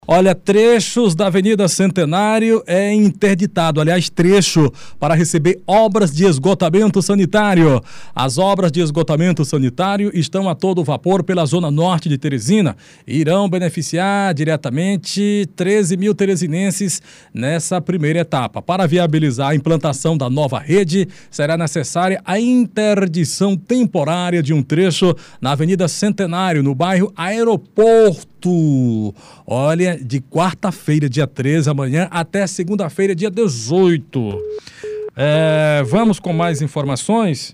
Olha, trechos da Avenida Centenário é interditado, aliás, trecho para receber obras de esgotamento sanitário. As obras de esgotamento sanitário estão a todo vapor pela zona norte de Teresina e irão beneficiar diretamente 13 mil teresinenses nessa primeira etapa. Para viabilizar a implantação da nova rede, será necessária a interdição temporária de um trecho na Avenida Centenário, no bairro Aeroporto. Olha, de quarta-feira, dia 13, amanhã, até segunda-feira, dia 18. Vamos com mais informações?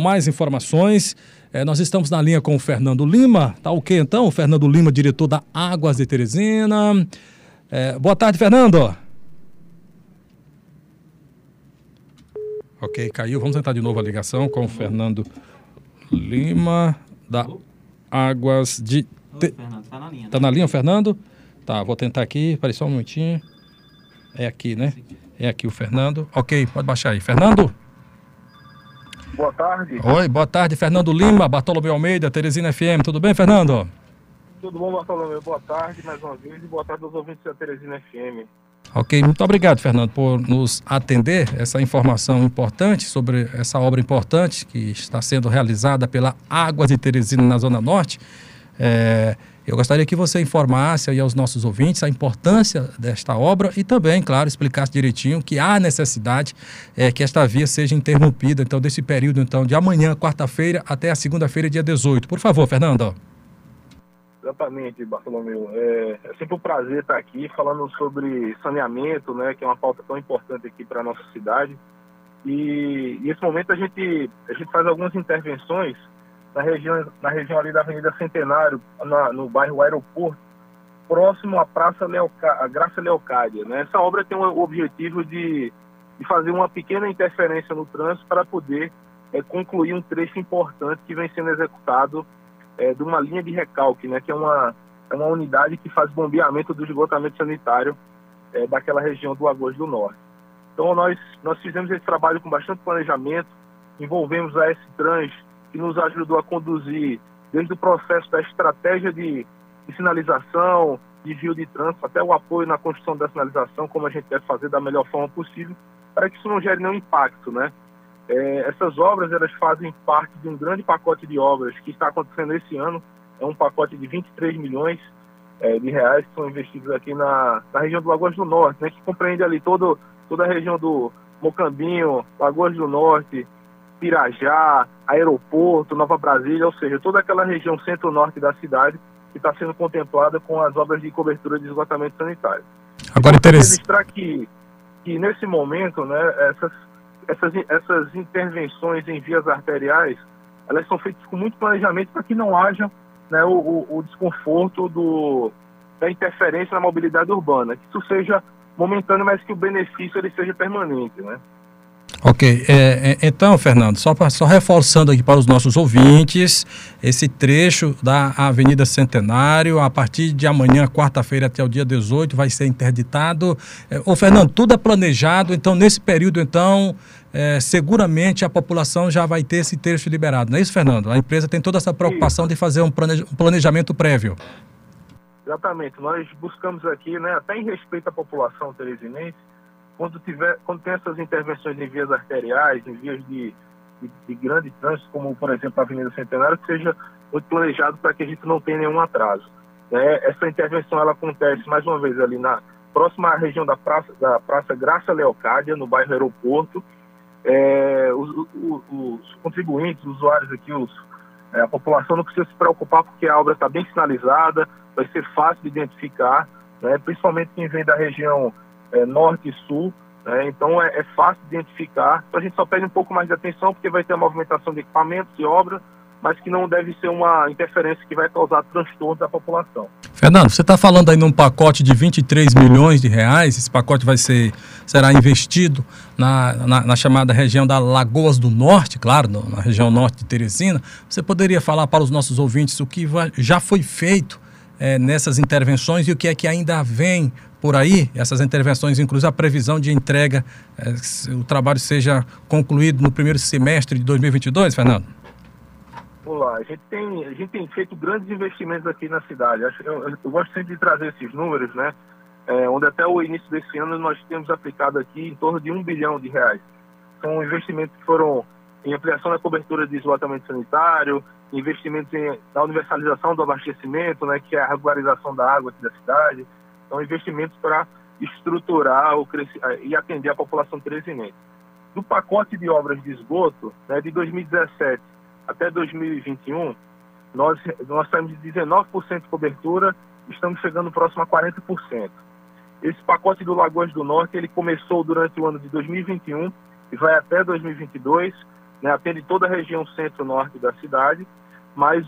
Nós estamos na linha com o Fernando Lima. Tá ok, então? O Fernando Lima, diretor da Águas de Teresina. Boa tarde, Fernando. Ok, caiu. Vamos tentar de novo a ligação com o Fernando Lima, da Águas de... Fernando, tá na linha. Tá na linha, Fernando? Tá, vou tentar aqui, espera só um minutinho. É aqui, né? É aqui o Fernando. Ok, pode baixar aí. Fernando? Boa tarde. Oi, boa tarde, Fernando Lima, Bartolomeu Almeida, Teresina FM. Tudo bem, Fernando? Tudo bom, Bartolomeu? Boa tarde mais uma vez e boa tarde aos ouvintes da Teresina FM. Ok, muito obrigado, Fernando, por nos atender essa informação importante sobre essa obra importante que está sendo realizada pela Águas de Teresina na Zona Norte. Eu gostaria que você informasse aí aos nossos ouvintes a importância desta obra e também, claro, explicasse direitinho que há necessidade que esta via seja interrompida, então, desse período, então, de amanhã, quarta-feira, até a segunda-feira, dia 18. Por favor, Fernando. Exatamente, Bartolomeu. É sempre um prazer estar aqui falando sobre saneamento, né, que é uma pauta tão importante aqui para a nossa cidade. E nesse momento a gente faz algumas intervenções na região ali da Avenida Centenário, no bairro Aeroporto, próximo à Graça Leocádia, né? Essa obra tem o objetivo de fazer uma pequena interferência no trânsito para poder concluir um trecho importante que vem sendo executado de uma linha de recalque, né? Que é uma unidade que faz bombeamento do esgotamento sanitário daquela região do Lagoas do Norte. Então nós fizemos esse trabalho com bastante planejamento, envolvemos a S-Trans, que nos ajudou a conduzir desde o processo da estratégia de sinalização, desvio de trânsito, até o apoio na construção da sinalização, como a gente deve fazer da melhor forma possível, para que isso não gere nenhum impacto, né? Essas obras, elas fazem parte de um grande pacote de obras que está acontecendo esse ano. É um pacote de 23 milhões de reais que são investidos aqui na região do Lagoas do Norte, né? Que compreende ali toda a região do Mocambinho, Lagoas do Norte, Pirajá, Aeroporto, Nova Brasília, ou seja, toda aquela região centro-norte da cidade que está sendo contemplada com as obras de cobertura de esgotamento sanitário. Agora, Teresina, registrar que nesse momento, né, essas intervenções em vias arteriais, elas são feitas com muito planejamento para que não haja, né, o desconforto da interferência na mobilidade urbana, que isso seja momentâneo, mas que o benefício ele seja permanente, né? Ok, então, Fernando, só reforçando aqui para os nossos ouvintes, esse trecho da Avenida Centenário, a partir de amanhã, quarta-feira, até o dia 18, vai ser interditado. Fernando, tudo é planejado, então, nesse período, então, seguramente a população já vai ter esse trecho liberado, não é isso, Fernando? A empresa tem toda essa preocupação de fazer um planejamento prévio. Exatamente, nós buscamos aqui, né, até em respeito à população teresinense, quando tem essas intervenções em vias arteriais, em vias de grande trânsito, como, por exemplo, a Avenida Centenário, que seja muito planejado para que a gente não tenha nenhum atraso. Essa intervenção ela acontece, mais uma vez, ali na próxima região da Praça Graça Leocádia, no bairro Aeroporto. Os contribuintes, os usuários aqui, a população não precisa se preocupar porque a obra está bem sinalizada, vai ser fácil de identificar, né, principalmente quem vem da região norte e sul, né? Então é fácil de identificar. Então a gente só pede um pouco mais de atenção porque vai ter a movimentação de equipamentos e obra, mas que não deve ser uma interferência que vai causar transtorno da população. Fernando, você está falando aí num pacote de 23 milhões de reais, esse pacote será investido na chamada região da Lagoas do Norte, claro, na região norte de Teresina. Você poderia falar para os nossos ouvintes o que já foi feito nessas intervenções e o que é que ainda vem por aí, essas intervenções, inclusive a previsão de entrega, o trabalho seja concluído no primeiro semestre de 2022, Fernando? Olá, a gente tem feito grandes investimentos aqui na cidade. Eu gosto sempre de trazer esses números, né? Onde até o início desse ano nós temos aplicado aqui em torno de R$ 1 bilhão. São investimentos que foram em ampliação da cobertura de esgotamento sanitário, investimentos na universalização do abastecimento, né, que é a regularização da água aqui da cidade. São investimentos para estruturar e atender a população teresinense. Do pacote de obras de esgoto, né, de 2017 até 2021, nós temos de 19% de cobertura, estamos chegando próximo a 40%. Esse pacote do Lagoas do Norte, ele começou durante o ano de 2021 e vai até 2022, né, atende toda a região centro-norte da cidade, mas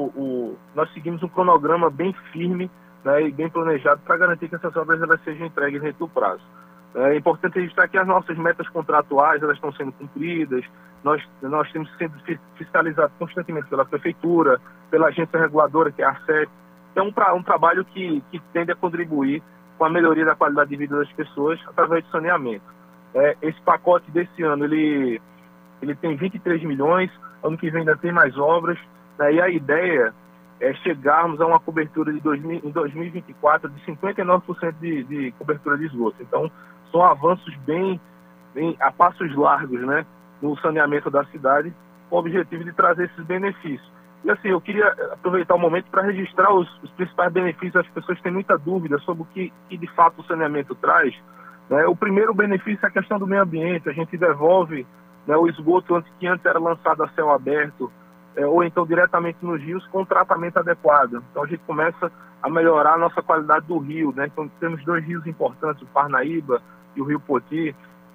nós seguimos um cronograma bem firme, né, e bem planejado para garantir que essas obras elas sejam entregues dentro do prazo. É importante registrar que as nossas metas contratuais elas estão sendo cumpridas, nós temos sido fiscalizados constantemente pela Prefeitura, pela agência reguladora, que é a ARCEP. É um trabalho que tende a contribuir com a melhoria da qualidade de vida das pessoas através de saneamento. Esse pacote desse ano, ele tem 23 milhões, ano que vem ainda tem mais obras, né, e a ideia é chegarmos a uma cobertura em 2024 de 59% de cobertura de esgoto. Então, são avanços bem a passos largos, né, no saneamento da cidade, com o objetivo de trazer esses benefícios. E assim, eu queria aproveitar o momento para registrar os principais benefícios. As pessoas têm muita dúvida sobre o que de fato o saneamento traz, né? O primeiro benefício é a questão do meio ambiente. A gente devolve, né, o esgoto que antes era lançado a céu aberto, ou então diretamente nos rios, com tratamento adequado. Então a gente começa a melhorar a nossa qualidade do rio, né? Então temos 2 rios importantes, o Parnaíba e o Rio Poti.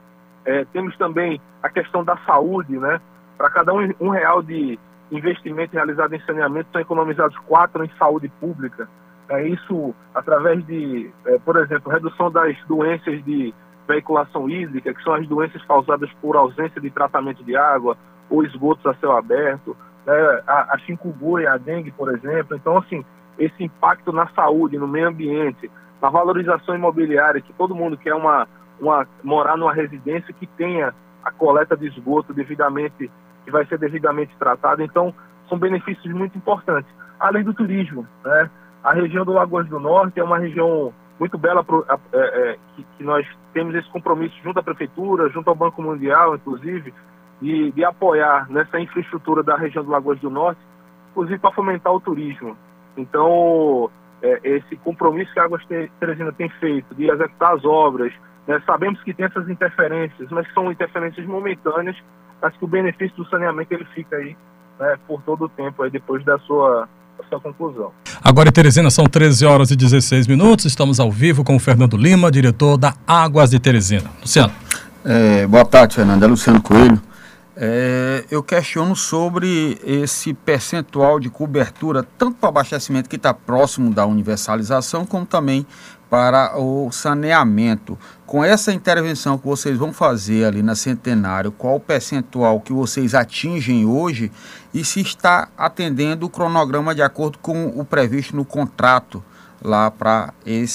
Temos também a questão da saúde, né? Para cada um real de investimento realizado em saneamento, são economizados 4 em saúde pública. Isso através de, por exemplo, redução das doenças de veiculação hídrica, que são as doenças causadas por ausência de tratamento de água ou esgotos a céu aberto, né? A chikungunya, a dengue, por exemplo. Então, assim, esse impacto na saúde, no meio ambiente, na valorização imobiliária, que todo mundo quer morar numa residência que tenha a coleta de esgoto que vai ser devidamente tratada. Então, são benefícios muito importantes. Além do turismo, né? A região do Lagoas do Norte é uma região muito bela, que nós temos esse compromisso junto à Prefeitura, junto ao Banco Mundial, inclusive, de apoiar nessa infraestrutura da região do Lagoas do Norte, inclusive para fomentar o turismo. Então, esse compromisso que a Águas Teresina tem feito de executar as obras, né? Sabemos que tem essas interferências, mas são interferências momentâneas, mas que o benefício do saneamento ele fica aí, né, por todo o tempo aí, depois da sua conclusão. Agora em Teresina são 13h16, estamos ao vivo com o Fernando Lima, diretor da Águas de Teresina. Luciano. Boa tarde, Fernando. É Luciano Coelho. Eu questiono sobre esse percentual de cobertura, tanto para o abastecimento que está próximo da universalização, como também para o saneamento. Com essa intervenção que vocês vão fazer ali na Centenário, qual o percentual que vocês atingem hoje e se está atendendo o cronograma de acordo com o previsto no contrato lá para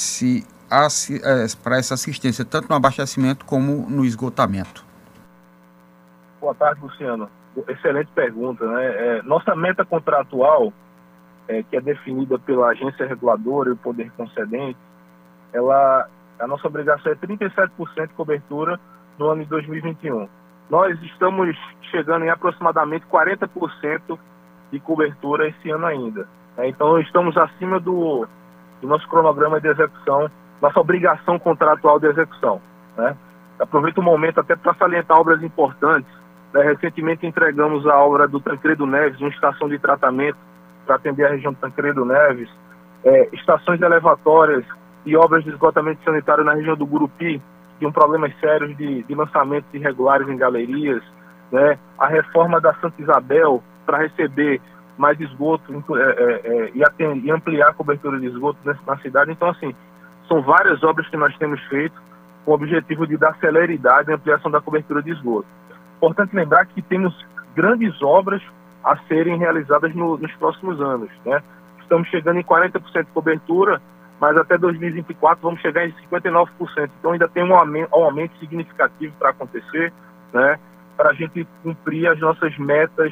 essa assistência, tanto no abastecimento como no esgotamento? Boa tarde, Luciano. Excelente pergunta, né? Nossa meta contratual, que é definida pela agência reguladora e o poder concedente, a nossa obrigação é 37% de cobertura no ano de 2021. Nós estamos chegando em aproximadamente 40% de cobertura esse ano ainda. Então, estamos acima do nosso cronograma de execução, nossa obrigação contratual de execução, né? Aproveito o momento até para salientar obras importantes. Recentemente entregamos a obra do Tancredo Neves, uma estação de tratamento para atender a região do Tancredo Neves, estações elevatórias e obras de esgotamento sanitário na região do Gurupi, que tinham problemas sérios de lançamentos irregulares em galerias, né? A reforma da Santa Isabel para receber mais esgoto e ampliar a cobertura de esgoto na cidade. Então, assim, são várias obras que nós temos feito com o objetivo de dar celeridade e ampliação da cobertura de esgoto. Importante lembrar que temos grandes obras a serem realizadas nos próximos anos, né? Estamos chegando em 40% de cobertura, mas até 2024 vamos chegar em 59%. Então ainda tem um aumento significativo para acontecer, né, para a gente cumprir as nossas metas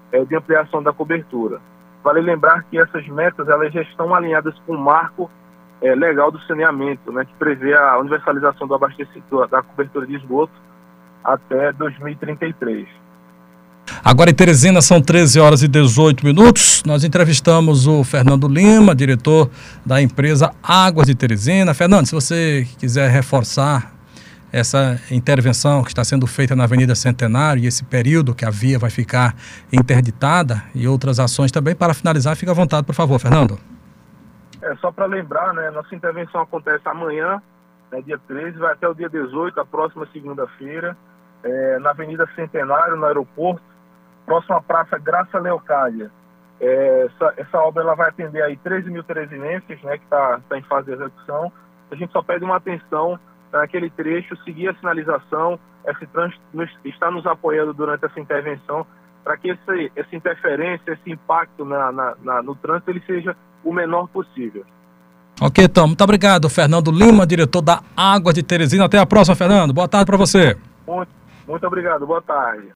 de ampliação da cobertura. Vale lembrar que essas metas elas já estão alinhadas com o marco legal do saneamento, né, que prevê a universalização do abastecimento da cobertura de esgoto até 2033. Agora em Teresina são 13h18. Nós entrevistamos o Fernando Lima, diretor da empresa Águas de Teresina. Fernando, se você quiser reforçar essa intervenção que está sendo feita na Avenida Centenário e esse período que a via vai ficar interditada e outras ações também, para finalizar, fica à vontade, por favor, Fernando. Só para lembrar, né, nossa intervenção acontece amanhã, né, dia 13, vai até o dia 18, a próxima segunda-feira, na Avenida Centenário, no aeroporto, próxima à Praça Graça Leocádia. Essa obra ela vai atender aí 13 mil teresinenses, né, que está em fase de execução. A gente só pede uma atenção naquele trecho, seguir a sinalização, esse trânsito está nos apoiando durante essa intervenção, para que essa interferência, esse impacto no trânsito, ele seja o menor possível. Ok, então, muito obrigado, Fernando Lima, diretor da Águas de Teresina. Até a próxima, Fernando. Boa tarde para você. Muito obrigado, boa tarde.